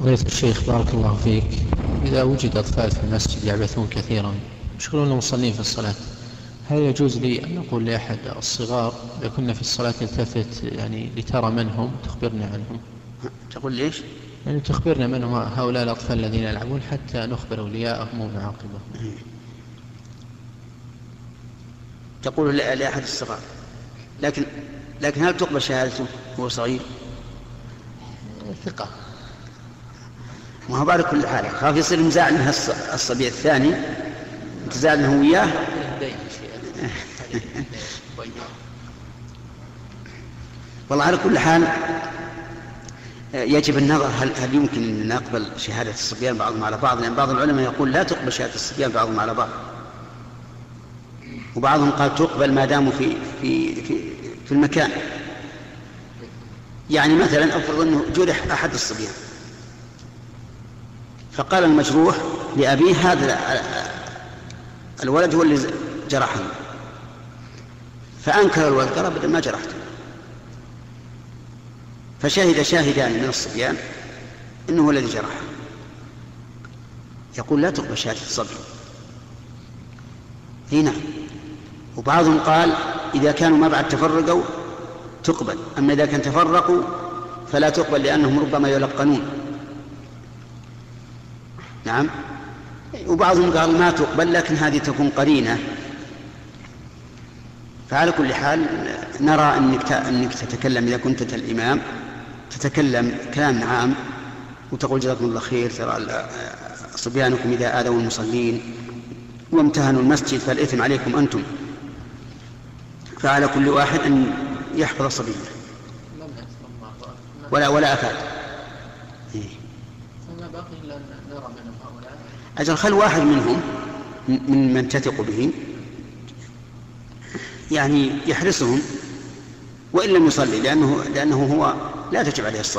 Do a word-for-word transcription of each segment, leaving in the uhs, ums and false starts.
فضيلة الشيخ بارك الله فيك، إذا وجد أطفال في المسجد يعبثون كثيرا يشغلون المصلين في الصلاة، هل يجوز لي أن أقول لأحد الصغار إذا كنا في الصلاة التفت يعني لترى من هم تخبرنا عنهم؟ تقول ليش؟ يعني تخبرنا من هم هؤلاء الأطفال الذين يلعبون حتى نخبر أولياءهم ونعاقبهم. تقول لأحد الصغار، لكن لكن هل تقبل شهادته وهو صغير؟ ثقة. ما هو بعد كل حال خاف يصير نزاع منها الصبي الثاني تزاع منه وياه. والله على كل حال يجب النظر هل, هل يمكن أن نقبل شهادة الصبيان بعضهم على بعض، لأن بعض العلماء يقول لا تقبل شهادة الصبيان بعضهم على بعض، وبعضهم قال تقبل ما داموا في, في, في, في المكان. يعني مثلا أفرض أنه جرح أحد الصبيان فقال المجروح لأبيه هذا الولد هو اللي جرحني، فأنكر الولد قال أبدا ما جرحته، فشهد شاهدان من الصبيان إنه هو الذي جرحه، يقول لا تقبل شهادة الصبي. هنا وبعضهم قال إذا كانوا ما بعد تفرقوا تقبل، أما إذا كان تفرقوا فلا تقبل لأنهم ربما يلقنون. نعم. وبعضهم قال ما تقبل لكن هذه تكون قرينة. فعلى كل حال نرى أنك, أنك تتكلم إذا كنت الإمام تتكلم كلام عام وتقول جزاكم الله خير، ترى صبيانكم إذا آذوا المصلين وامتهنوا المسجد فالإثم عليكم أنتم، فعلى كل واحد أن يحفظ صبيه ولا ولا أفاد. أجل خل واحد منهم من من تثق به يعني يحرسهم وإن لم يصلي، لأنه لأنه هو لا تجب عليه الصلاة.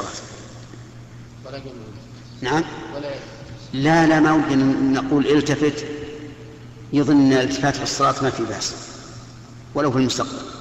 نعم. لا لا ما ممكن نقول التفت يظن الالتفات في الصلاة ما في بأس ولو في المستقبل.